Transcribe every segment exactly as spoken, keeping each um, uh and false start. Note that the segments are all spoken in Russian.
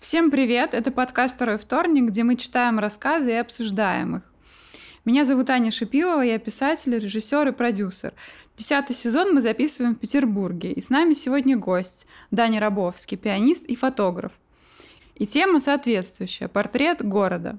Всем привет! Это подкаст «Второй вторник», где мы читаем рассказы и обсуждаем их. Меня зовут Аня Шипилова, я писатель, режиссер и продюсер. Десятый сезон мы записываем в Петербурге, и с нами сегодня гость Даня Рабовский, пианист и фотограф. И тема соответствующая – портрет города.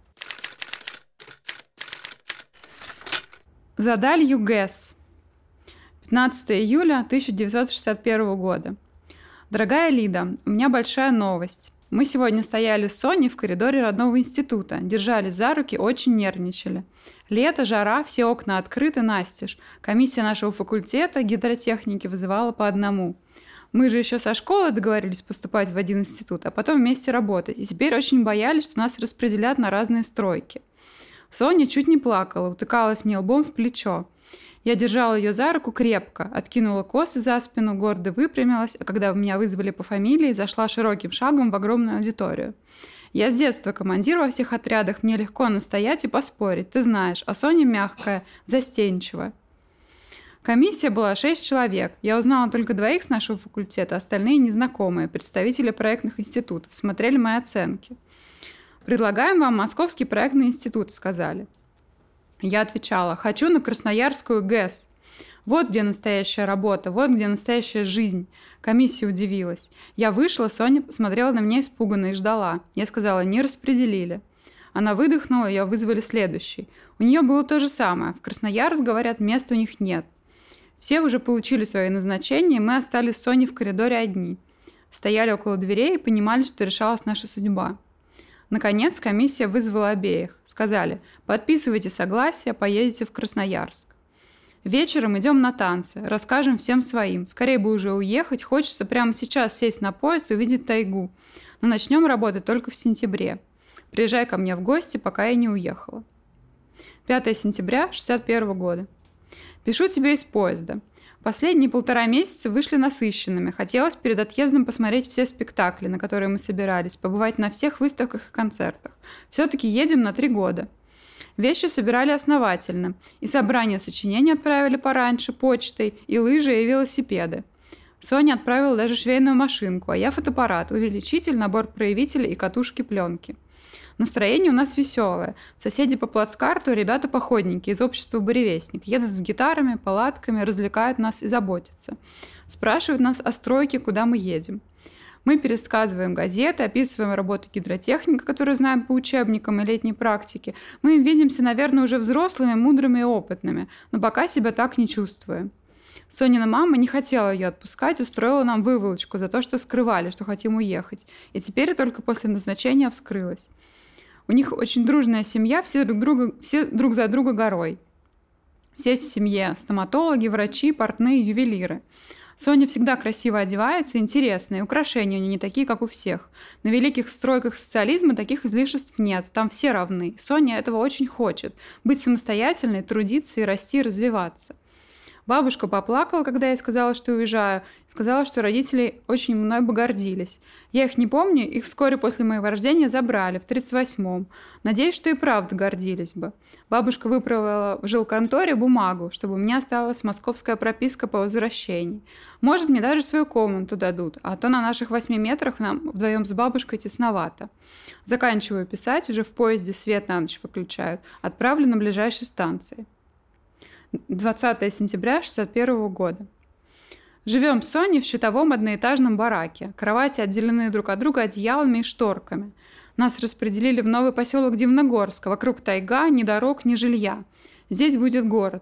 За далью ГЭС. пятнадцатого июля тысяча девятьсот шестьдесят первого года. Дорогая Лида, у меня большая новость. Мы сегодня стояли с Соней в коридоре родного института, держались за руки, очень нервничали. Лето, жара, все окна открыты настежь. Комиссия нашего факультета гидротехники вызывала по одному. Мы же еще со школы договорились поступать в один институт, а потом вместе работать. И теперь очень боялись, что нас распределят на разные стройки. Соня чуть не плакала, утыкалась мне лбом в плечо. Я держала ее за руку крепко, откинула косы за спину, гордо выпрямилась, а когда меня вызвали по фамилии, зашла широким шагом в огромную аудиторию. Я с детства командир во всех отрядах, мне легко настоять и поспорить, ты знаешь, а Соня мягкая, застенчивая. Комиссия была шесть человек. Я узнала только двоих с нашего факультета, остальные незнакомые, представители проектных институтов, смотрели мои оценки. «Предлагаем вам Московский проектный институт», — сказали. Я отвечала, хочу на Красноярскую ГЭС. Вот где настоящая работа, вот где настоящая жизнь. Комиссия удивилась. Я вышла, Соня смотрела на меня испуганно и ждала. Я сказала, не распределили. Она выдохнула, ее вызвали следующий. У нее было то же самое. В Красноярск, говорят, места у них нет. Все уже получили свои назначения, и мы остались с Соней в коридоре одни. Стояли около дверей и понимали, что решалась наша судьба. Наконец комиссия вызвала обеих. Сказали, подписывайте согласие, поедете в Красноярск. Вечером идем на танцы, расскажем всем своим. Скорее бы уже уехать, хочется прямо сейчас сесть на поезд и увидеть тайгу. Но начнем работать только в сентябре. Приезжай ко мне в гости, пока я не уехала. пятого сентября шестьдесят первого года. Пишу тебе из поезда. Последние полтора месяца вышли насыщенными. Хотелось перед отъездом посмотреть все спектакли, на которые мы собирались, побывать на всех выставках и концертах. Все-таки едем на три года. Вещи собирали основательно. И собрание сочинений отправили пораньше, почтой, и лыжи, и велосипеды. Соня отправила даже швейную машинку, а я фотоаппарат, увеличитель, набор проявителей и катушки пленки. Настроение у нас веселое. Соседи по плацкарту, ребята-походники из общества «Буревестник». Едут с гитарами, палатками, развлекают нас и заботятся. Спрашивают нас о стройке, куда мы едем. Мы пересказываем газеты, описываем работу гидротехника, которую знаем по учебникам и летней практике. Мы видимся, наверное, уже взрослыми, мудрыми и опытными, но пока себя так не чувствуем. Сонина мама не хотела ее отпускать, устроила нам выволочку за то, что скрывали, что хотим уехать. И теперь только после назначения вскрылась. У них очень дружная семья, все друг, друга, все друг за друга горой. Все в семье стоматологи, врачи, портные, ювелиры. Соня всегда красиво одевается, интересная, украшения у нее не такие, как у всех. На великих стройках социализма таких излишеств нет, там все равны. Соня этого очень хочет – быть самостоятельной, трудиться и расти, и развиваться. Бабушка поплакала, когда я сказала, что уезжаю, и сказала, что родители очень мной бы гордились. Я их не помню, их вскоре после моего рождения забрали, в тридцать восьмом. Надеюсь, что и правда гордились бы. Бабушка выправила в жилконторе бумагу, чтобы у меня осталась московская прописка по возвращении. Может, мне даже свою комнату дадут, а то на наших восьми метрах нам вдвоем с бабушкой тесновато. Заканчиваю писать, уже в поезде свет на ночь выключают, отправлю на ближайшей станции. двадцатого сентября шестьдесят первого года. Живем с Соней в щитовом одноэтажном бараке. Кровати отделены друг от друга одеялами и шторками. Нас распределили в новый поселок Дивногорск. Вокруг тайга, ни дорог, ни жилья. Здесь будет город.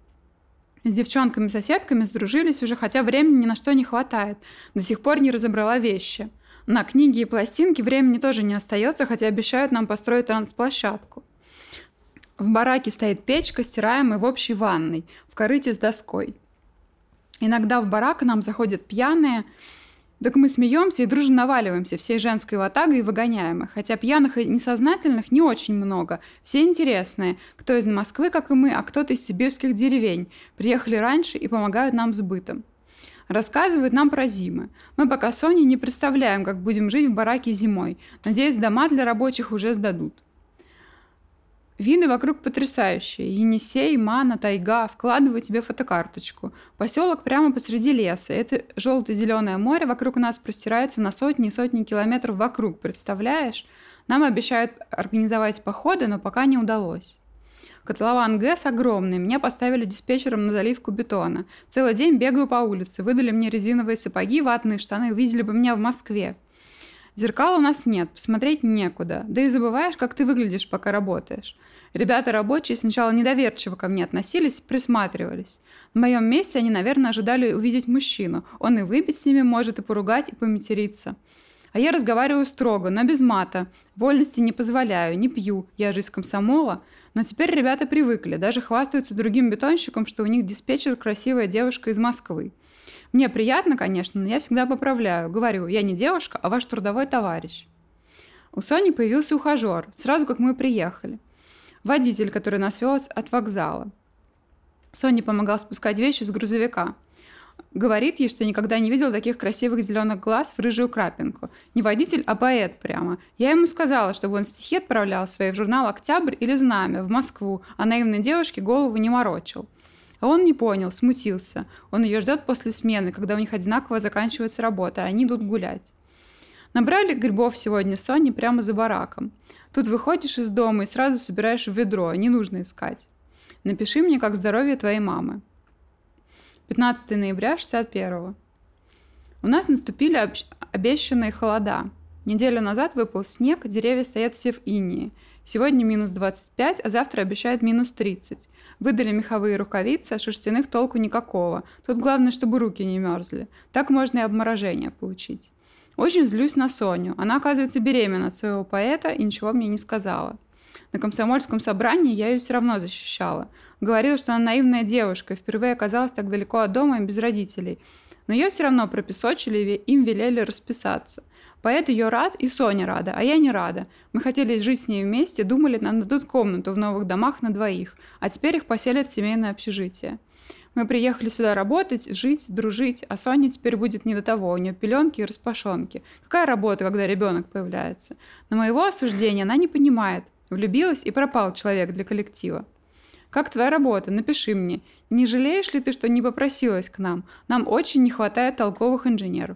С девчонками-соседками сдружились уже, хотя времени ни на что не хватает. До сих пор не разобрала вещи. На книги и пластинки времени тоже не остается, хотя обещают нам построить трансплощадку. В бараке стоит печка, стираемая в общей ванной, в корыте с доской. Иногда в барак нам заходят пьяные, так мы смеемся и дружно наваливаемся всей женской ватагой и выгоняем их. Хотя пьяных и несознательных не очень много, все интересные, кто из Москвы, как и мы, а кто-то из сибирских деревень, приехали раньше и помогают нам с бытом. Рассказывают нам про зимы. Мы пока с Соней не представляем, как будем жить в бараке зимой. Надеюсь, дома для рабочих уже сдадут. Виды вокруг потрясающие. Енисей, Мана, тайга. Вкладываю тебе фотокарточку. Поселок прямо посреди леса. Это желто-зеленое море вокруг нас простирается на сотни и сотни километров вокруг. Представляешь? Нам обещают организовать походы, но пока не удалось. Котлован ГЭС огромный. Меня поставили диспетчером на заливку бетона. Целый день бегаю по улице. Выдали мне резиновые сапоги, ватные штаны. Видели бы меня в Москве. Зеркал у нас нет, посмотреть некуда. Да и забываешь, как ты выглядишь, пока работаешь. Ребята рабочие сначала недоверчиво ко мне относились, присматривались. На моем месте они, наверное, ожидали увидеть мужчину. Он и выпить с ними может, и поругать, и поматериться. А я разговариваю строго, но без мата. Вольности не позволяю, не пью, я же из комсомола. Но теперь ребята привыкли, даже хвастаются другим бетонщикам, что у них диспетчер красивая девушка из Москвы. Мне приятно, конечно, но я всегда поправляю. Говорю, я не девушка, а ваш трудовой товарищ. У Сони появился ухажер, сразу как мы приехали. Водитель, который нас вез от вокзала. Соне помогал спускать вещи с грузовика. Говорит ей, что никогда не видел таких красивых зеленых глаз в рыжую крапинку. Не водитель, а поэт прямо. Я ему сказала, чтобы он стихи отправлял свои в журнал «Октябрь» или «Знамя» в Москву, а наивной девушке голову не морочил. А он не понял, смутился. Он ее ждет после смены, когда у них одинаково заканчивается работа, а они идут гулять. Набрали грибов сегодня с Соней прямо за бараком. Тут выходишь из дома и сразу собираешь в ведро, не нужно искать. Напиши мне, как здоровье твоей мамы. пятнадцатого ноября шестьдесят первого. У нас наступили об... обещанные холода. Неделю назад выпал снег, деревья стоят все в инее. Сегодня минус двадцать пять, а завтра обещают минус тридцать. Выдали меховые рукавицы, а шерстяных толку никакого. Тут главное, чтобы руки не мерзли. Так можно и обморожение получить. Очень злюсь на Соню. Она, оказывается, беременна от своего поэта и ничего мне не сказала. На комсомольском собрании я ее все равно защищала. Говорила, что она наивная девушка и впервые оказалась так далеко от дома и без родителей. Но ее все равно пропесочили и им велели расписаться. Поэт ее рад, и Соня рада, а я не рада. Мы хотели жить с ней вместе, думали, нам дадут комнату в новых домах на двоих, а теперь их поселят в семейное общежитие. Мы приехали сюда работать, жить, дружить, а Соня теперь будет не до того, у нее пеленки и распашонки. Какая работа, когда ребенок появляется? Но моего осуждения она не понимает. Влюбилась и пропал человек для коллектива. Как твоя работа? Напиши мне. Не жалеешь ли ты, что не попросилась к нам? Нам очень не хватает толковых инженеров.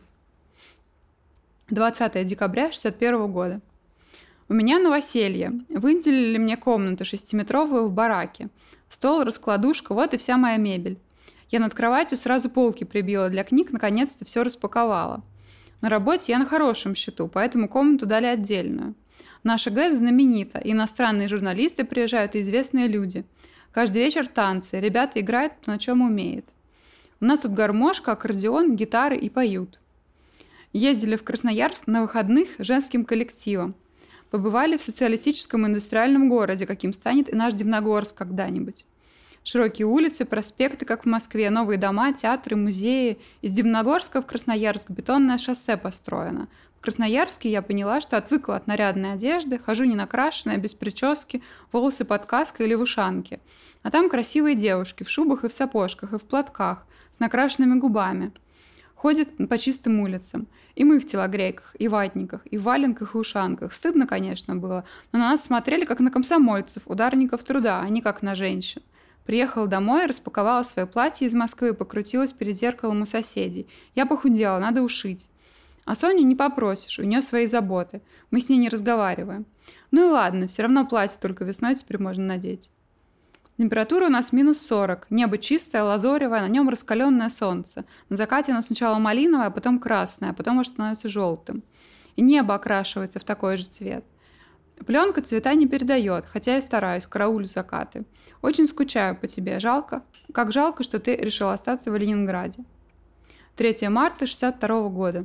двадцатого декабря шестьдесят первого года. У меня новоселье. Выделили мне комнату шестиметровую в бараке. Стол, раскладушка, вот и вся моя мебель. Я над кроватью сразу полки прибила для книг, наконец-то все распаковала. На работе я на хорошем счету, поэтому комнату дали отдельную. Наша ГЭС знаменита, иностранные журналисты приезжают и известные люди. Каждый вечер танцы, ребята играют, кто на чем умеет. У нас тут гармошка, аккордеон, гитары и поют. Ездили в Красноярск на выходных женским коллективом. Побывали в социалистическом индустриальном городе, каким станет и наш Дивногорск когда-нибудь. Широкие улицы, проспекты, как в Москве, новые дома, театры, музеи. Из Дивногорска в Красноярск бетонное шоссе построено. В Красноярске я поняла, что отвыкла от нарядной одежды, хожу не накрашенная, без прически, волосы под каской или в ушанке. А там красивые девушки в шубах и в сапожках, и в платках, с накрашенными губами. Ходят по чистым улицам. И мы в телогрейках, и ватниках, и в валенках, и ушанках. Стыдно, конечно, было, но на нас смотрели как на комсомольцев, ударников труда, а не как на женщин. Приехала домой, распаковала свое платье из Москвы и покрутилась перед зеркалом у соседей. Я похудела, надо ушить. А Соню не попросишь, у нее свои заботы. Мы с ней не разговариваем. Ну и ладно, все равно платье только весной теперь можно надеть. Температура у нас минус сорок, небо чистое, лазоревое, на нем раскаленное солнце. На закате оно сначала малиновое, а потом красное, а потом уже становится желтым. И небо окрашивается в такой же цвет. Пленка цвета не передает, хотя и стараюсь, караулю закаты. Очень скучаю по тебе, жалко. Как жалко, что ты решил остаться в Ленинграде. третьего марта шестьдесят второго года.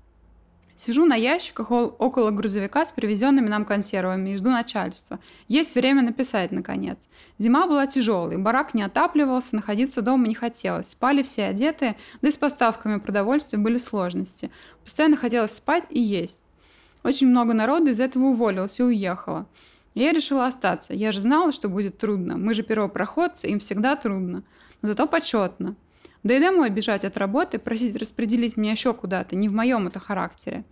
Сижу на ящиках около грузовика с привезенными нам консервами и жду начальства. Есть время написать, наконец. Зима была тяжелой, барак не отапливался, находиться дома не хотелось. Спали все одетые, да и с поставками продовольствия были сложности. Постоянно хотелось спать и есть. Очень много народу из этого уволилось и уехало. Я решила остаться. Я же знала, что будет трудно. Мы же первопроходцы, им всегда трудно. Но зато почетно. Да и домой бежать от работы, просить распределить меня еще куда-то, не в моем это характере.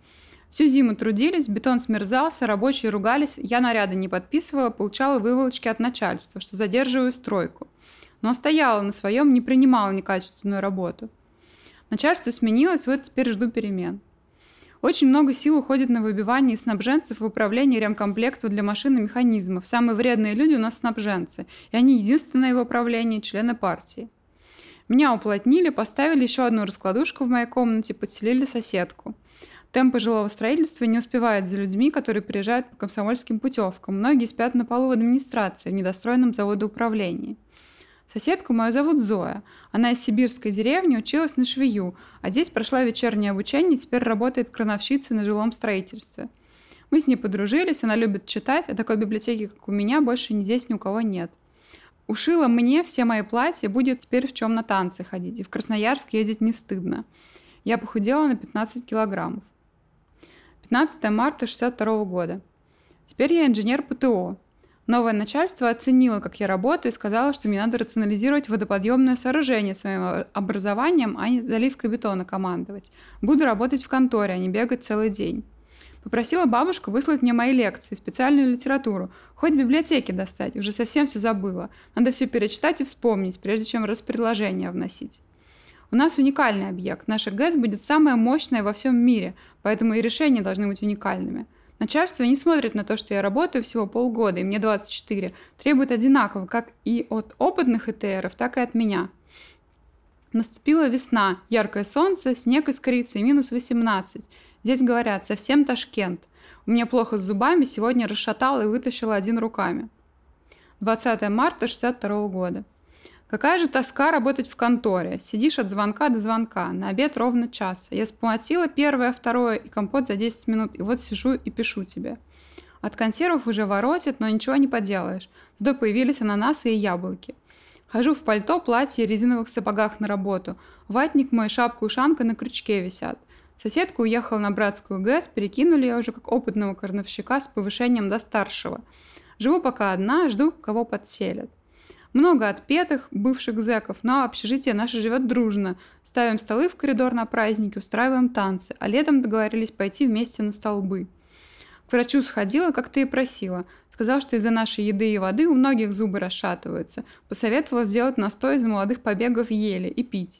Всю зиму трудились, бетон смерзался, рабочие ругались, я наряды не подписывала, получала выволочки от начальства, что задерживаю стройку. Но стояла на своем, не принимала некачественную работу. Начальство сменилось, вот теперь жду перемен. Очень много сил уходит на выбивание снабженцев в управлении ремкомплектов для машин и механизмов. Самые вредные люди у нас снабженцы, и они единственные в управлении члены партии. Меня уплотнили, поставили еще одну раскладушку в моей комнате, подселили соседку. Темпы жилого строительства не успевают за людьми, которые приезжают по комсомольским путевкам. Многие спят на полу в администрации, в недостроенном заводоуправлении. Соседку мою зовут Зоя. Она из сибирской деревни, училась на швею, а здесь прошла вечернее обучение и теперь работает крановщицей на жилом строительстве. Мы с ней подружились, она любит читать, а такой библиотеки, как у меня, больше здесь ни у кого нет. Ушила мне все мои платья, будет теперь в чем на танцы ходить, и в Красноярск ездить не стыдно. Я похудела на пятнадцать килограммов. пятнадцатое марта шестьдесят второго года. Теперь я инженер ПТО. Новое начальство оценило, как я работаю, и сказало, что мне надо рационализировать водоподъемное сооружение своим образованием, а не заливкой бетона командовать. Буду работать в конторе, а не бегать целый день. Попросила бабушку выслать мне мои лекции, специальную литературу. Хоть в библиотеке достать, уже совсем все забыла. Надо все перечитать и вспомнить, прежде чем распредложение вносить. У нас уникальный объект. Наша ГЭС будет самая мощная во всем мире, поэтому и решения должны быть уникальными. Начальство не смотрит на то, что я работаю всего полгода, и мне двадцать четыре, требует одинаково как и от опытных ИТРов, так и от меня. Наступила весна, яркое солнце, снег искрится и минус восемнадцать. Здесь говорят, совсем Ташкент. У меня плохо с зубами, сегодня расшатала и вытащила один руками. двадцатое марта шестьдесят второго года. Какая же тоска работать в конторе. Сидишь от звонка до звонка, на обед ровно час. Я сплатила первое, второе и компот за десять минут, и вот сижу и пишу тебе. От консервов уже воротит, но ничего не поделаешь. Зато появились ананасы и яблоки. Хожу в пальто, платье и резиновых сапогах на работу. Ватник мой, шапка-ушанка на крючке висят. Соседка уехала на братскую ГЭС, перекинули я уже как опытного крановщика с повышением до старшего. Живу пока одна, жду, кого подселят. Много отпетых, бывших зэков, но общежитие наше живет дружно. Ставим столы в коридор на праздники, устраиваем танцы, а летом договорились пойти вместе на столбы. К врачу сходила, как ты и просила. Сказал, что из-за нашей еды и воды у многих зубы расшатываются. Посоветовала сделать настой из молодых побегов ели и пить.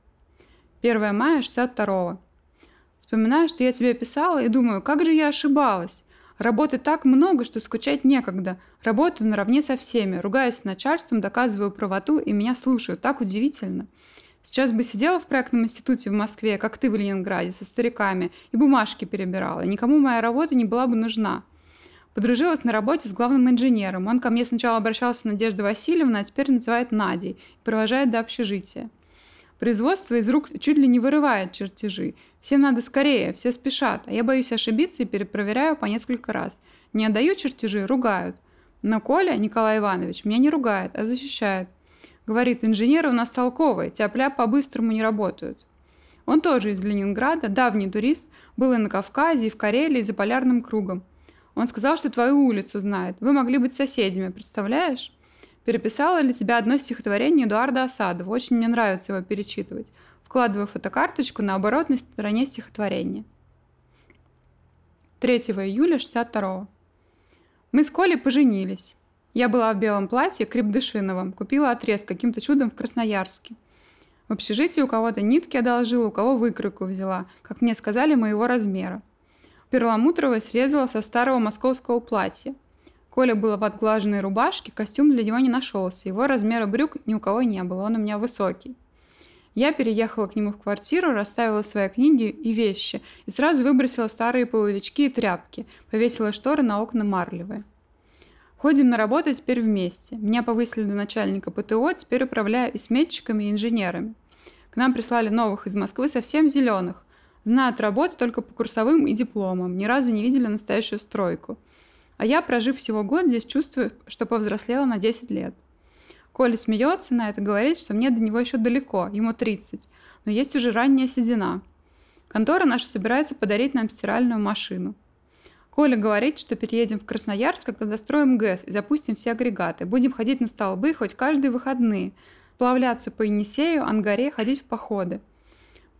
первое мая шестьдесят второго. Вспоминаю, что я тебе писала, и думаю, как же я ошибалась. Работы так много, что скучать некогда. Работаю наравне со всеми, ругаюсь с начальством, доказываю правоту, и меня слушают. Так удивительно. Сейчас бы сидела в проектном институте в Москве, как ты в Ленинграде, со стариками, и бумажки перебирала. И никому моя работа не была бы нужна. Подружилась на работе с главным инженером. Он ко мне сначала обращался Надежда Васильевна, а теперь называет Надей и провожает до общежития. Производство из рук чуть ли не вырывает чертежи. Всем надо скорее, все спешат, а я боюсь ошибиться и перепроверяю по несколько раз. Не отдаю чертежи, ругают. Но Коля, Николай Иванович, меня не ругает, а защищает. Говорит, инженеры у нас толковые, тяп-ляп по-быстрому не работают. Он тоже из Ленинграда, давний турист, был и на Кавказе, и в Карелии, и за полярным кругом. Он сказал, что твою улицу знает. Вы могли быть соседями, представляешь? Переписала для тебя одно стихотворение Эдуарда Асадова. Очень мне нравится его перечитывать. Вкладываю фотокарточку на оборотной стороне стихотворения. третьего июля шестьдесят второго. Мы с Колей поженились. Я была в белом платье крепдышиновом. Купила отрез каким-то чудом в Красноярске. В общежитии у кого-то нитки одолжила, у кого выкройку взяла. Как мне сказали, моего размера. Перламутровой срезала со старого московского платья. Коля был в отглаженной рубашке, костюм для него не нашелся. Его размера брюк ни у кого не было, он у меня высокий. Я переехала к нему в квартиру, расставила свои книги и вещи и сразу выбросила старые половички и тряпки, повесила шторы на окна марлевые. Ходим на работу теперь вместе. Меня повысили до начальника ПТО, теперь управляю и сметчиками, и инженерами. К нам прислали новых из Москвы, совсем зеленых. Знают работу только по курсовым и дипломам, ни разу не видели настоящую стройку. А я, прожив всего год, здесь чувствую, что повзрослела на десять лет. Коля смеется на это, говорит, что мне до него еще далеко, ему тридцать, но есть уже ранняя седина. Контора наша собирается подарить нам стиральную машину. Коля говорит, что переедем в Красноярск, когда достроим ГЭС и запустим все агрегаты. Будем ходить на столбы хоть каждые выходные, сплавляться по Енисею, Ангаре, ходить в походы. В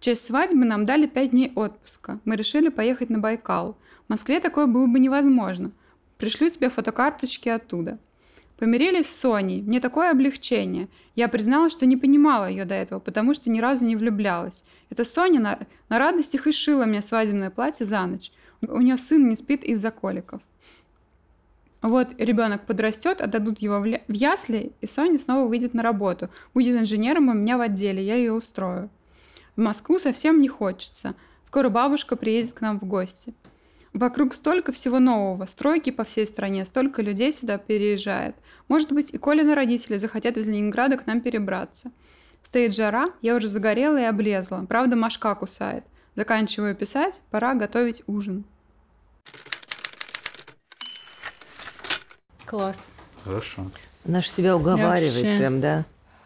честь свадьбы нам дали пять дней отпуска. Мы решили поехать на Байкал. В Москве такое было бы невозможно. Пришлю тебе фотокарточки оттуда. Помирились с Соней. Мне такое облегчение. Я призналась, что не понимала ее до этого, потому что ни разу не влюблялась. Эта Соня на, на радостях и шила мне свадебное платье за ночь. У нее сын не спит из-за коликов. Вот ребенок подрастет, отдадут его в, ля... в ясли, и Соня снова выйдет на работу. Будет инженером у меня в отделе, я ее устрою. В Москву совсем не хочется. Скоро бабушка приедет к нам в гости. Вокруг столько всего нового, стройки по всей стране, столько людей сюда переезжает. Может быть, и Колины родители захотят из Ленинграда к нам перебраться. Стоит жара, я уже загорела и облезла. Правда, мошка кусает. Заканчиваю писать, пора готовить ужин. Класс. Хорошо. Она же себя уговаривает Вообще. прям, да?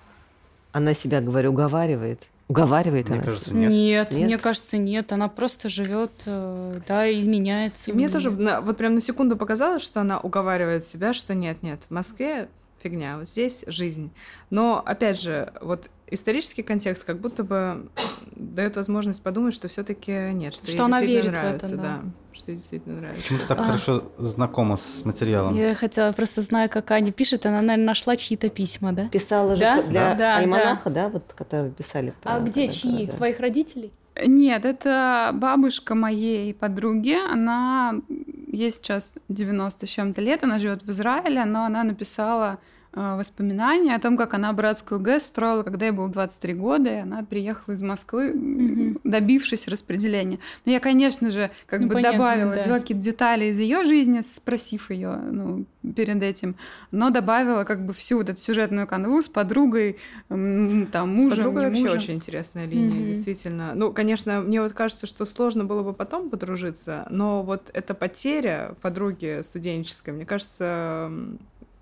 Она себя, говорю, уговаривает. Уговаривает Мне она. кажется, себя? нет. Нет, Нет? мне кажется, нет. Она просто живет, э, да, и меняется. И мне тоже на- вот прям на секунду показалось, что она уговаривает себя, что нет-нет, в Москве фигня, вот здесь жизнь. Но, опять же, вот исторический контекст как будто бы дает возможность подумать, что все таки нет, что, Что ей она действительно верит в это, нравится, да. что ей действительно нравится. Почему ты так А. хорошо знакома с материалом? Я хотела, просто знаю, как Аня пишет, она, наверное, нашла чьи-то письма, да? Писала же Да? для Да, Айманаха, да, вот, которые писали. А про- где про- чьи? да. Твоих родителей? Нет, это бабушка моей подруги. Она ей сейчас девяносто с чем-то лет, она живет в Израиле, но она написала э, воспоминания о том, как она братскую ГЭС строила, когда ей было двадцать три года, и она приехала из Москвы, Мгм. добившись распределения. Но я, конечно же, как Ну, бы понятно, добавила, да. взяла какие-то детали из ее жизни, спросив ее, ну, перед этим, но добавила как бы всю вот эту сюжетную канву с подругой, м, там, С мужем, подругой не вообще мужем. очень интересная линия, Мгм. действительно. Ну, конечно, мне вот кажется, что сложно было бы потом подружиться, но вот эта потеря подруги студенческой, мне кажется, м,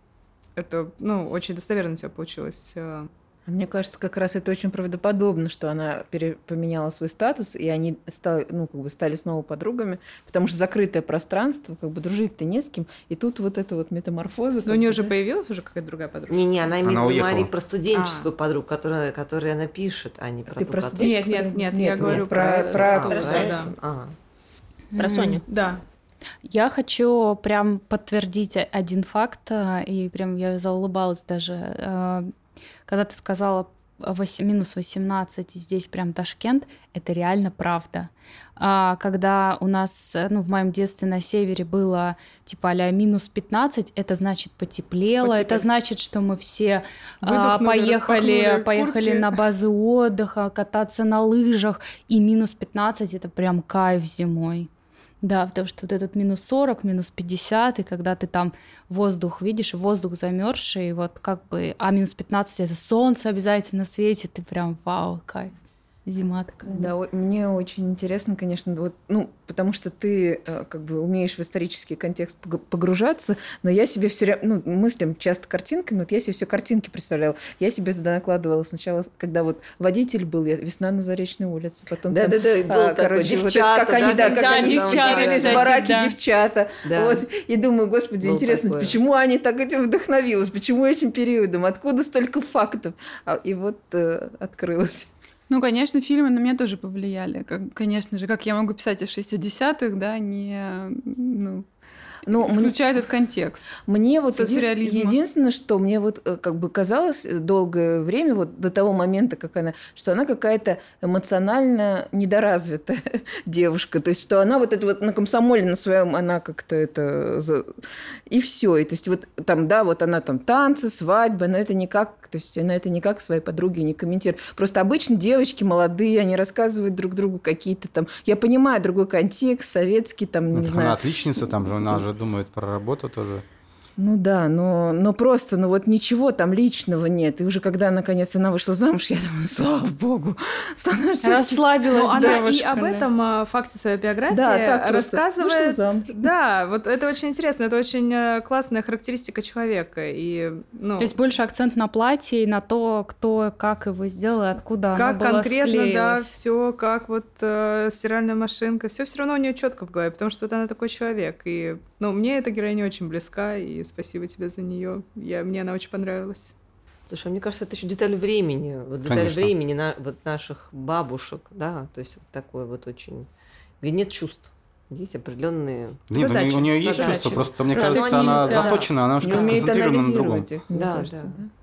это, ну, очень достоверно у тебя получилось. э, Мне кажется, как раз это очень правдоподобно, что она пере- поменяла свой статус, и они стали, ну, как бы стали снова подругами, потому что закрытое пространство, как бы дружить-то не с кем, и тут вот эта вот метаморфоза. Но как у нее бы, же да. появилась уже какая-то другая подружка. Не-не, она имеет Она в виду, уехала. Мари, про студенческую А. подругу, которая, которой она пишет, а не про Ты ту, про которую- Нет, студенческую нет, подругу? нет, я говорю про, про- про, А, про про Соню. Соню, да. Ага. Про Мгм. Соню. Да. Я хочу прям подтвердить один факт, а, и прям я заулыбалась даже, а, когда ты сказала вось- минус восемнадцать, и здесь прям Ташкент, это реально правда. А, Когда у нас, э, ну, в моем детстве на севере было типа а-ля минус пятнадцать, это значит потеплело, это Потеплело. значит, что мы все а, Выдохнули, поехали, распахнули поехали куртки. на базы отдыха, кататься на лыжах, и минус пятнадцать это прям кайф зимой. Да, потому что вот этот минус сорок, минус пятьдесят, и когда ты там воздух видишь, воздух замерзший, вот как бы, а минус пятнадцать это солнце обязательно светит, ты прям вау, кайф. Зима такая. Да, о- мне очень интересно, конечно, вот, ну, потому что ты э, как бы умеешь в исторический контекст пог- погружаться, но я себе все время, ну, мыслям часто картинками, вот я себе все картинки представляла. Я себе туда накладывала сначала, когда вот водитель был, я «Весна на Заречной улице», потом там, Да-да-да, и был а, такой, короче, вот это, девчата, как они, да, как Да, они девчата, поселились в кстати, бараке, да. девчата. Да. Вот, и думаю, господи, Было интересно, такое. почему они так этим вдохновилась, почему этим периодом, откуда столько фактов? А, и вот э, открылось. Ну, конечно, фильмы на меня тоже повлияли. Как, конечно же, как я могу писать из шестидесятых, да, не ну, Но мне- исключая этот контекст. Мне вот еди- Соцреализма. единственное, что мне вот э, как бы казалось долгое время, вот до того момента, как она, что она какая-то эмоционально недоразвитая девушка, то есть что она вот это вот на комсомоле на своем, она как-то это за- и все, и то есть вот там, да, вот она там танцы, свадьбы, но это никак, то есть она это никак своей подруге не комментирует. Просто обычно девочки молодые, они рассказывают друг другу какие-то там, я понимаю другой контекст, советский там, Ну, не она знаю. отличница, там же она же думает про работу тоже. Ну да, но, но просто, ну вот ничего там личного нет. И уже когда, наконец, она вышла замуж, я думаю, слава богу, становится... Расслабилась Ну, она девушка, и об да. этом а, факте своей биографии Да, так просто. рассказывает. Вышла замуж. Да, вот это очень интересно, это очень э, классная характеристика человека. И, ну, То есть больше акцент на платье и на то, кто как его сделал, и откуда как оно было конкретно, да, склеилось. все, как вот э, стиральная машинка, все все равно у нее четко в голове, потому что вот она такой человек. И, ну, мне эта героиня очень близка, и спасибо тебе за нее. Я, мне она очень понравилась. Слушай, мне кажется, это еще деталь времени. Вот деталь Конечно. времени на, вот наших бабушек, да, то есть вот такой вот очень... Где нет чувств. Есть определенные Нет, Задачи. у нее есть Задачи. чувство, просто, мне Просто кажется, они она нельзя- заточена, она Не немножко умеет сконцентрирована на другом. анализировать их, мне Да, кажется, да. да.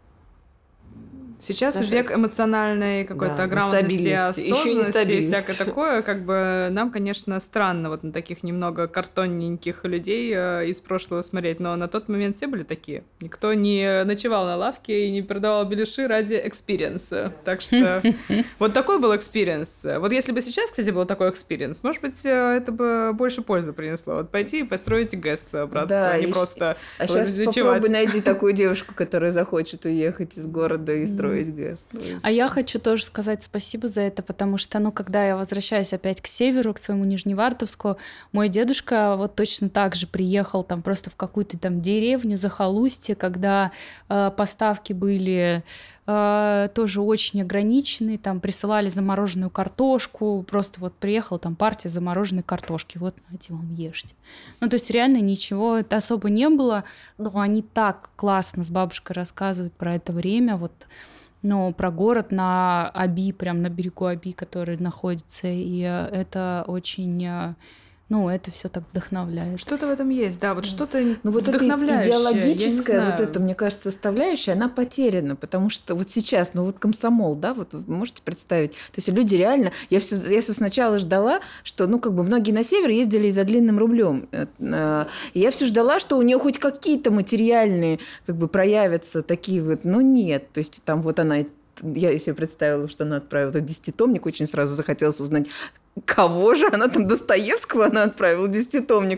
Сейчас Даже- век эмоциональной какой-то Да, грамотности, нестабильности. Ещё и осознанности и нестабильности. всякое такое, как бы нам, конечно, странно вот на таких немного картонненьких людей э, из прошлого смотреть, но на тот момент все были такие. Никто не ночевал на лавке и не продавал беляши ради экспириенса. Так что вот такой был экспириенс. Вот если бы сейчас, кстати, был такой экспириенс, может быть, э, это бы больше пользы принесло. Вот пойти и построить ГЭС братскую, Да, а не и щ- просто А сейчас ночевать. попробуй найди такую девушку, которая захочет уехать из города и строить ГЭС. То есть- А я хочу тоже сказать спасибо за это, потому что, ну, когда я возвращаюсь опять к северу, к своему Нижневартовску, мой дедушка вот точно так же приехал там просто в какую-то там деревню, захолустье, когда э, поставки были э, тоже очень ограничены, там присылали замороженную картошку, просто вот приехала там партия замороженной картошки, вот, знаете, вам ешьте. Ну, то есть реально ничего это особо не было, но они так классно с бабушкой рассказывают про это время, вот, ну, про город на Оби, прям на берегу Оби, который находится, и э, это очень, э, ну, это все так вдохновляет. Что-то в этом есть, да, вот что-то Ну вот эта вдохновляющее. я не идеологическая, вот знаю. эта, мне кажется, составляющая, она потеряна, потому что вот сейчас, ну вот комсомол, да, вот вы можете представить, то есть люди реально, я все, я все сначала ждала, что, ну как бы многие на север ездили за длинным рублем, и я все ждала, что у нее хоть какие-то материальные, как бы проявятся такие вот, но нет, то есть там вот она, я себе представила, что она отправила десятитомник, очень сразу захотелось узнать, кого же она там, Достоевского она отправила десятитомник,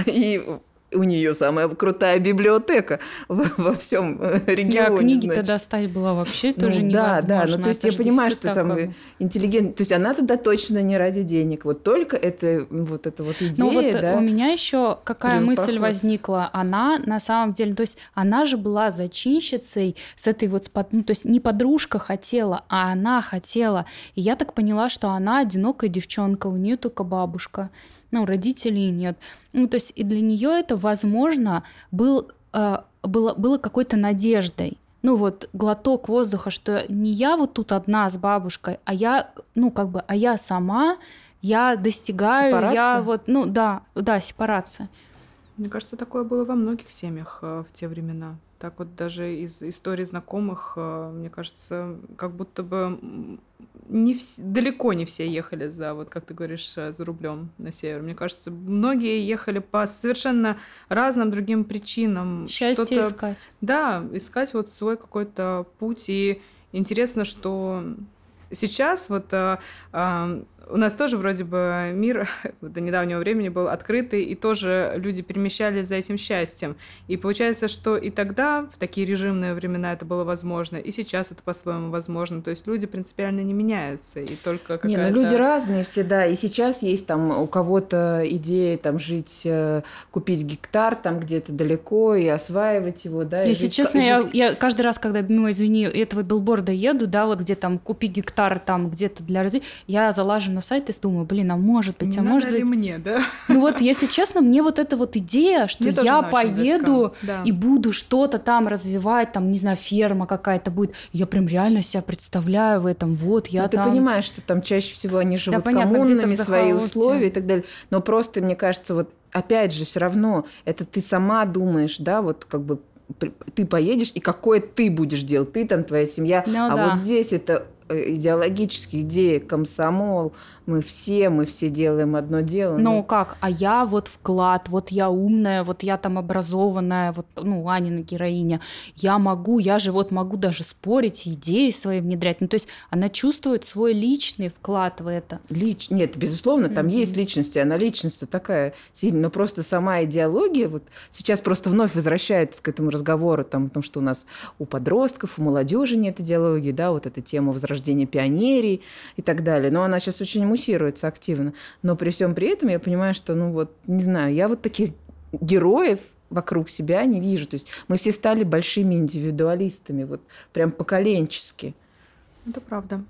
и у нее самая крутая библиотека во, во всем регионе. Да, книги-то значит. достать было вообще Ну, тоже да, невозможно. да, ну то есть это я ж понимаю, дефицит что там такой. интеллигент, то есть она туда точно не ради денег, вот только это вот эта вот идея, Ну вот да. у меня еще какая мысль проход. возникла, она на самом деле, то есть она же была зачинщицей с этой вот, спод- ну то есть не подружка хотела, а она хотела, и я так поняла, что она одинокая девчонка, у нее только бабушка, ну родителей нет, ну то есть и для нее это, возможно, был, э, было, было какой-то надеждой. Ну вот глоток воздуха, что не я вот тут одна с бабушкой, а я, ну как бы, а я сама, я достигаю, Сепарация? я вот, ну да, да, сепарация. Мне кажется, такое было во многих семьях э, в те времена. Так вот даже из историй знакомых, э, мне кажется, как будто бы м, не вс- далеко не все ехали за, вот как ты говоришь, э, за рублем на север. Мне кажется, многие ехали по совершенно разным другим причинам. Счастье Что-то- искать. Да, искать вот свой какой-то путь. И интересно, что сейчас вот э, э, у нас тоже вроде бы мир до недавнего времени был открытый, и тоже люди перемещались за этим счастьем. И получается, что и тогда, в такие режимные времена, это было возможно, и сейчас это по-своему возможно. То есть люди принципиально не меняются, и только Не, какая-то... ну люди разные всегда. И сейчас есть там у кого-то идея там жить, э, купить гектар там где-то далеко и осваивать его, да. и Если жить честно, ка- я, жить- я каждый раз, когда мимо, извини, этого билборда еду, да, вот где там купи гектар там где-то для развития, я залажу на сайт и думаю, блин, а может быть, Не а надо может ли быть... мне, да? Ну вот, если честно, мне вот эта вот идея, что Мне тоже я она очень поеду близка, да. и буду что-то там развивать, там, не знаю, ферма какая-то будет, я прям реально себя представляю в этом, вот, я Ну, ты там... понимаешь, что там чаще всего они живут понятно, где-то в коммунами, свои захолустье. условия и так далее. Но просто, мне кажется, вот опять же, все равно это ты сама думаешь, да, вот как бы при- ты поедешь, и какое ты будешь делать, ты там, твоя семья. Ну а да. вот здесь это э, идеологические идеи, комсомол, мы все, мы все делаем одно дело. Ну ну, как, а я вот вклад, вот я умная, вот я там образованная, вот, ну, Анина героиня, я могу, я же вот могу даже спорить, идеи свои внедрять. Ну, то есть она чувствует свой личный вклад в это. Лич... Нет, безусловно, там Мгм. есть личности, она личность такая сильная, но просто сама идеология, вот сейчас просто вновь возвращается к этому разговору, там, о том, что у нас у подростков, у молодежи нет идеологии, да, вот эта тема возрождения пионерии и так далее, но она сейчас очень муссируется активно, но при всем при этом я понимаю, что, ну вот, не знаю, я вот таких героев вокруг себя не вижу, то есть мы все стали большими индивидуалистами, вот прям поколенчески. Это правда.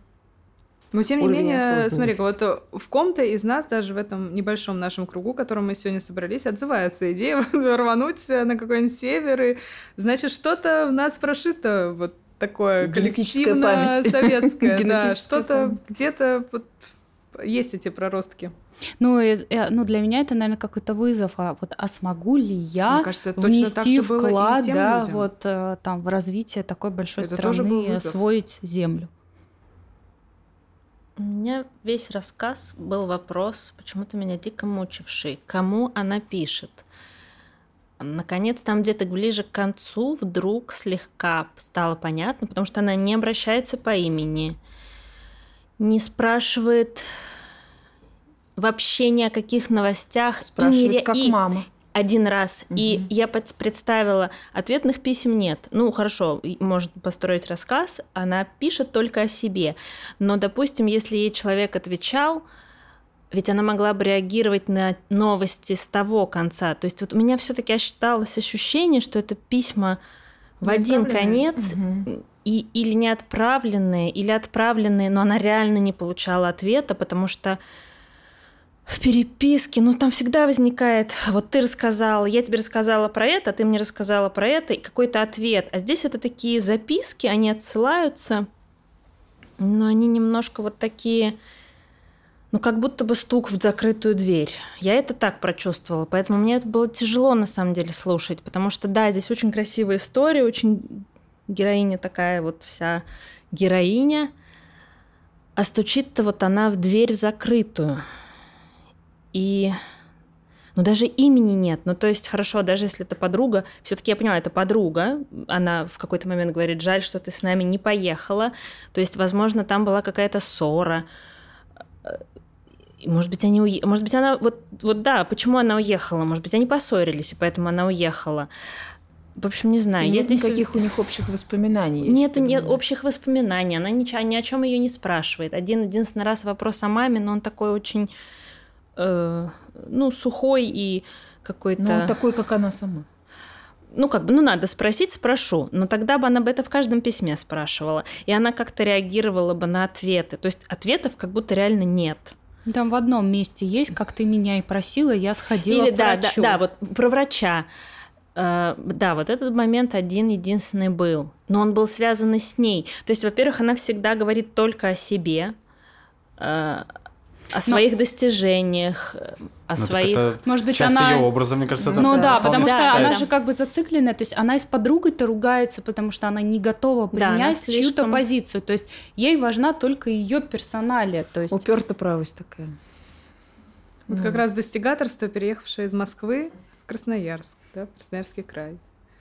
Но тем не Уровень менее, осознанности. смотри, вот в ком-то из нас, даже в этом небольшом нашем кругу, в котором мы сегодня собрались, отзывается идея рвануть на какой-нибудь север, и значит, что-то в нас прошито вот такое Генетическая коллективно память. советское, да, Генетическая что-то память. где-то вот есть эти проростки. Ну, и, э, ну, для меня это, наверное, какой-то вызов. А вот, а смогу ли я Мне кажется, это точно так внести же было и вклад, тем да, людям. вот э, там в развитие такой большой Это тоже был страны, и вызов. освоить землю? У меня весь рассказ был вопрос, почему-то меня дико мучивший. Кому она пишет? Наконец, там где-то ближе к концу вдруг слегка стало понятно, потому что она не обращается по имени, не спрашивает вообще ни о каких новостях. Спрашивает, и не, как и мама. Один раз. Мгм. И я под- представила, ответных писем нет. Ну, хорошо, и может построить рассказ, она пишет только о себе. Но, допустим, если ей человек отвечал, ведь она могла бы реагировать на новости с того конца. То есть вот у меня все-таки ощущалось ощущение, что это письма в Не один отправленные. конец, Мгм. и, или не отправленные, или отправленные, но она реально не получала ответа, потому что в переписке, ну там всегда возникает, вот ты рассказала, я тебе рассказала про это, а ты мне рассказала про это, и какой-то ответ. А здесь это такие записки, они отсылаются, но они немножко вот такие, ну как будто бы стук в закрытую дверь. Я это так прочувствовала, поэтому мне это было тяжело на самом деле слушать, потому что да, здесь очень красивая история, очень героиня такая вот вся героиня, а стучит-то вот она в дверь в закрытую. И, ну, даже имени нет. Ну, то есть, хорошо, даже если это подруга, все-таки я поняла, это подруга. Она в какой-то момент говорит, жаль, что ты с нами не поехала. То есть, возможно, там была какая-то ссора. И, может быть, они уе... может быть, она вот, вот да, почему она уехала? Может быть, они поссорились, и поэтому она уехала. В общем, не знаю. И Я нет здесь никаких у них общих воспоминаний. я нет, считаю, нет думаю. общих воспоминаний. Она ни, ни о чем ее не спрашивает. Один единственный раз вопрос о маме, но он такой очень э, ну, сухой и какой-то. Ну, такой, как она сама. Ну, как бы, ну, надо спросить, спрошу. Но тогда бы она бы это в каждом письме спрашивала. И она как-то реагировала бы на ответы. То есть ответов как будто реально нет. Там в одном месте есть, как ты меня и просила, я сходила Или к да, да, врачу. да, вот про врача. Э, да, вот этот момент один единственный был. Но он был связан и с ней. То есть, во-первых, она всегда говорит только о себе, э, о своих достижениях, э, о Ну, так своих... это Может быть, часть она- ее образа, мне кажется, это Ну да, вполне потому что Да, она да. же как бы зацикленная, то есть она и с подругой-то ругается, потому что она не готова Да, она принять чью-то слишком- позицию, то есть ей важна только ее персоналия, то есть Уперта правость такая. Вот как раз достигаторство, переехавшее из Москвы в Красноярск, да, в Красноярский край.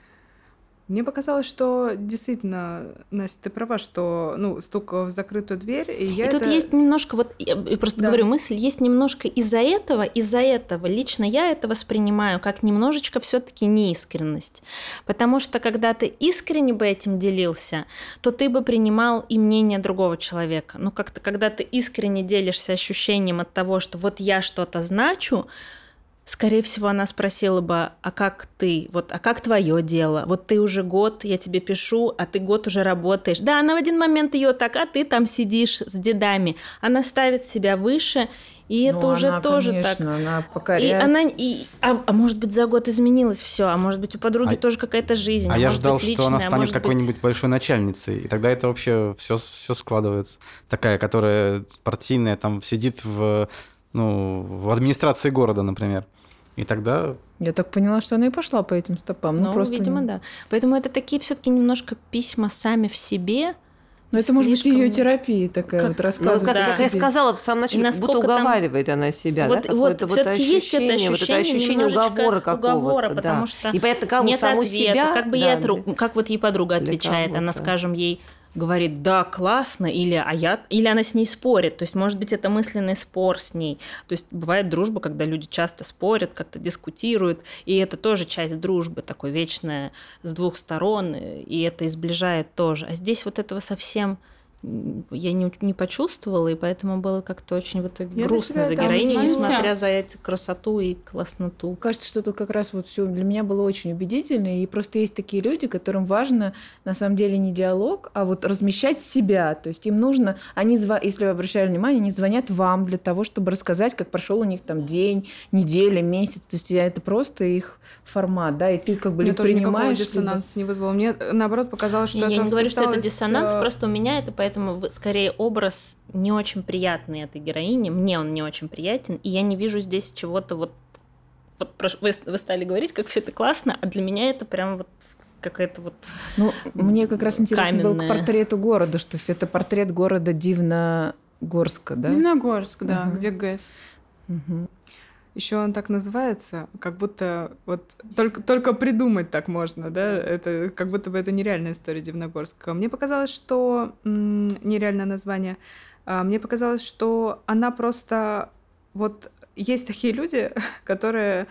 Мне показалось, что действительно, Настя, ты права, что ну, стук в закрытую дверь, и я И это... тут есть немножко, вот я просто Да. говорю, мысль есть немножко из-за этого, из-за этого. Лично я это воспринимаю как немножечко все-таки неискренность. Потому что когда ты искренне бы этим делился, то ты бы принимал и мнение другого человека. Ну, как-то, когда ты искренне делишься ощущением от того, что вот я что-то значу, скорее всего, она спросила бы, а как ты, вот, а как твое дело? Вот ты уже год, я тебе пишу, а ты год уже работаешь. Да, она в один момент ее так, а ты там сидишь с дедами. Она ставит себя выше, и это Ну, уже она, тоже конечно, так. Она И покоряется. она, и, а, а может быть, за год изменилось все, а может быть, у подруги А- тоже какая-то жизнь. А я может ждал, быть, что она личная, а станет может быть- какой-нибудь большой начальницей, и тогда это вообще все, все складывается. Такая, которая партийная, там сидит в, ну, в администрации города, например. И тогда Я так поняла, что она и пошла по этим стопам. Ну, Ну, просто... видимо, да. Поэтому это такие все-таки немножко письма сами в себе. Но это, может быть, слишком- ее терапия такая, Как- вот Ну, рассказывает как, Да. о как я себе. сказала в самом начале, И как будто насколько там- уговаривает она себя, Вот- да, вот какое-то вот всё-таки есть это ощущение, вот это ощущение ощущение немножечко уговора какого-то, уговора, да. потому что Непонятно кого, нет саму ответа. себя, Как бы да, ей отру- для- как вот ей подруга для отвечает, она, кого-то. скажем, ей говорит, да, классно, или, а я... или она с ней спорит. То есть, может быть, это мысленный спор с ней. То есть, бывает дружба, когда люди часто спорят, как-то дискутируют, и это тоже часть дружбы, такой вечная, с двух сторон, и это изближает тоже. А здесь вот этого совсем я не, не почувствовала, и поэтому было как-то очень в итоге Я грустно за там, героиню, знаете, несмотря за эту красоту и классноту. Кажется, что тут как раз вот все для меня было очень убедительно, и просто есть такие люди, которым важно на самом деле не диалог, а вот размещать себя. То есть им нужно, они, если вы обращали внимание, они звонят вам для того, чтобы рассказать, как прошел у них там день, неделя, месяц. То есть это просто их формат, да, и ты как бы Мне тоже никакого принимаешь. диссонанса не вызвало. Мне, наоборот, показалось, что я это я не говорю, что это вписалось, диссонанс, э, просто у меня это поэтому в- скорее образ не очень приятный этой героини, мне он не очень приятен, и я не вижу здесь чего-то вот... Вот прош- вы, вы стали говорить, как все это классно, а для меня это прям вот какая-то вот... Ну, мне как раз интересно было к каменная. портрету города, что есть это портрет города Дивногорска, да? Дивногорск, да, Мгм. где ГЭС. Мгм. Еще он так называется, как будто вот только, только придумать так можно, да? Это как будто бы это нереальная история Дивногорска. Мне показалось, что м, нереальное название. А, мне показалось, что она просто вот есть такие люди, которые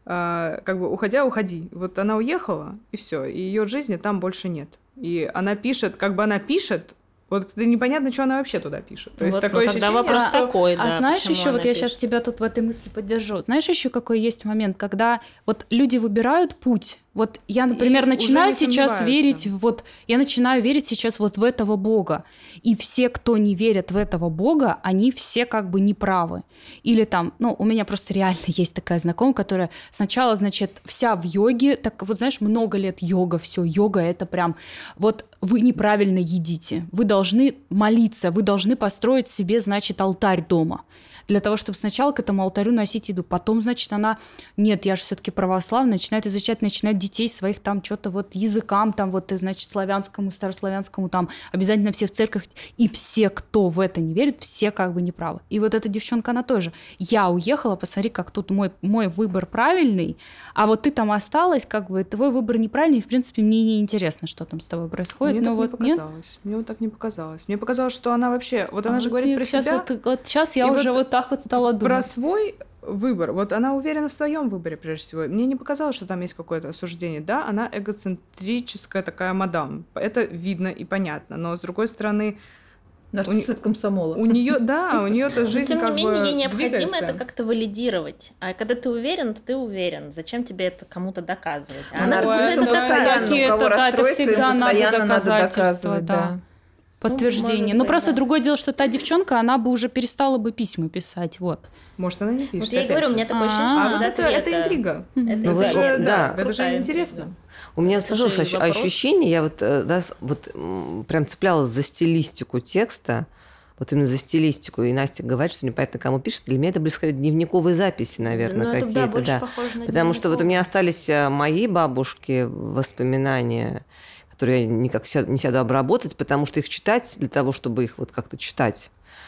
а, как бы уходя, уходи. Вот она уехала и все, и ее жизни там больше нет. И она пишет, как бы она пишет. Вот непонятно, что она вообще туда пишет. То есть Вот, такое ну, тогда ощущение, вопрос что... такой, А да, знаешь почему еще, вот она я сейчас пишет. тебя тут в этой мысли поддержу. Знаешь еще какой есть момент, когда вот люди выбирают путь. Вот я, например, И уже начинаю не сейчас сомневаются. верить, в вот я начинаю верить сейчас вот в этого Бога. И все, кто не верят в этого Бога, они все как бы неправы. Или там, ну, у меня просто реально есть такая знакомая, которая сначала, значит, вся в йоге, так вот, знаешь, много лет йога, все, йога это прям, вот вы неправильно едите, вы должны молиться, вы должны построить себе, значит, алтарь дома. Для того, чтобы сначала к этому алтарю носить еду. Потом, значит, она, нет, я же все-таки православная, начинает изучать, начинает детей своих там что-то вот языкам, там вот, значит, славянскому, старославянскому, там обязательно все в церковь. И все, кто в это не верит, все как бы неправы. И вот эта девчонка, она тоже. Я уехала, посмотри, как тут мой, мой выбор правильный, а вот ты там осталась, как бы твой выбор неправильный, и, в принципе, мне не интересно, что там с тобой происходит. Мне но так вот не нет. показалось. Мне вот так не показалось. Мне показалось, что она вообще... Вот А она же вот говорит и про сейчас себя, Вот, вот сейчас я и уже вот вот так вот стала думать. про свой выбор. Вот она уверена в своем выборе, прежде всего. Мне не показалось, что там есть какое-то осуждение. Да, она эгоцентрическая такая мадам. Это видно и понятно. Но, с другой стороны, Нарцисс от комсомола. у нее, да, у нее-то Но, жизнь тем как не бы менее, ей необходимо двигается. это как-то валидировать. А когда ты уверен, то ты уверен. Зачем тебе это кому-то доказывать? А Она нарциссам это постоянно, у какие-то, кого да, это расстройство, им всегда надо постоянно надо доказательства, доказывать, да. да. Подтверждение. может Ну, быть, просто да. другое дело, что та девчонка, она бы уже перестала бы письма писать. Вот. Может, она не пишет. Вот я и опять говорю, у же. меня такое А, ощущение, что А без вот это, это ответа. интрига. Мгм. Это Ну, вот, Это интрига. же, да. да, это же Крутая интересно. интрига. У меня Это сложилось же ощ- вопрос. ощущение, я вот, э, да, с- вот м, прям цеплялась за стилистику текста, вот именно за стилистику. И Настя говорит, что непонятно, кому пишет. Для меня это были скорее дневниковые записи, наверное, Ну, это, да, какие-то. больше Да. похоже на Потому что вот у дневниковые. меня остались э, мои бабушки воспоминания, которые я никак ся- не сяду обработать, потому что их читать для того, чтобы их вот как-то читать,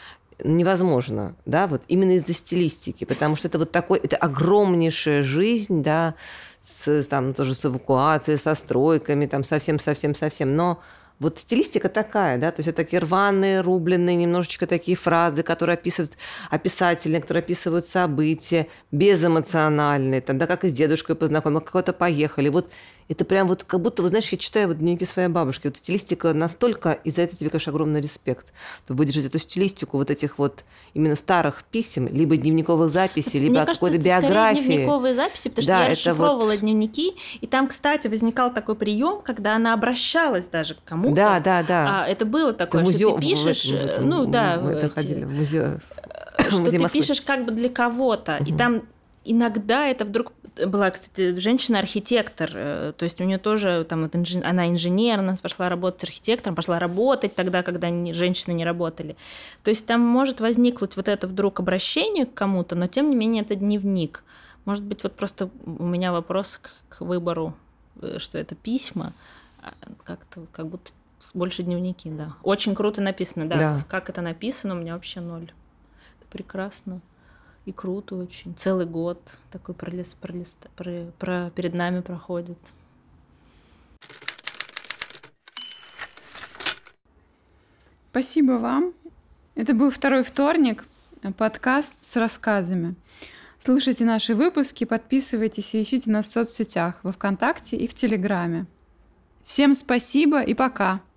невозможно, да, вот именно из-за стилистики, потому что это вот такой, это огромнейшая жизнь, да, с, там тоже с эвакуацией, со стройками, там совсем-совсем-совсем, но вот стилистика такая, да, то есть это такие рваные, рубленые, немножечко такие фразы, которые описывают описательные, которые описывают события, безэмоциональные, там, да, как и с дедушкой познакомил, как-то поехали, вот это прям вот как будто, вот знаешь, я читаю вот дневники своей бабушки, вот стилистика настолько, и за это тебе, конечно, огромный респект, то выдержать эту стилистику вот этих вот именно старых писем, либо дневниковых записей, либо Мне кажется, какой-то это скорее биографии. дневниковые записи, потому что Да, я это расшифровывала вот- дневники, и там, кстати, возникал такой прием, когда она обращалась даже к кому-то. Да, да, да. А, это было такое, Это что музё- ты пишешь, в этом- в этом- ну да, мы это эти- ходили в музей, что музей ты Москвы. пишешь как бы для кого-то, и Мгм. там иногда это вдруг была, кстати, женщина-архитектор, э, то есть у нее тоже там вот инжен- она инженер, она пошла работать архитектором, пошла работать тогда, когда не- женщины не работали. То есть там может возникнуть вот это вдруг обращение к кому-то, но тем не менее это дневник. Может быть, вот просто у меня вопрос к, к выбору, э, что это письма, а как-то как будто больше дневники, да. Очень круто написано, да. Да. Как это написано, у меня вообще ноль. Это прекрасно. И круто очень. Целый год такой пролист, пролист, про, про, перед нами проходит. Спасибо вам. Это был второй вторник, подкаст с рассказами. Слушайте наши выпуски, подписывайтесь и ищите нас в соцсетях, во ВКонтакте и в Телеграме. Всем спасибо и пока!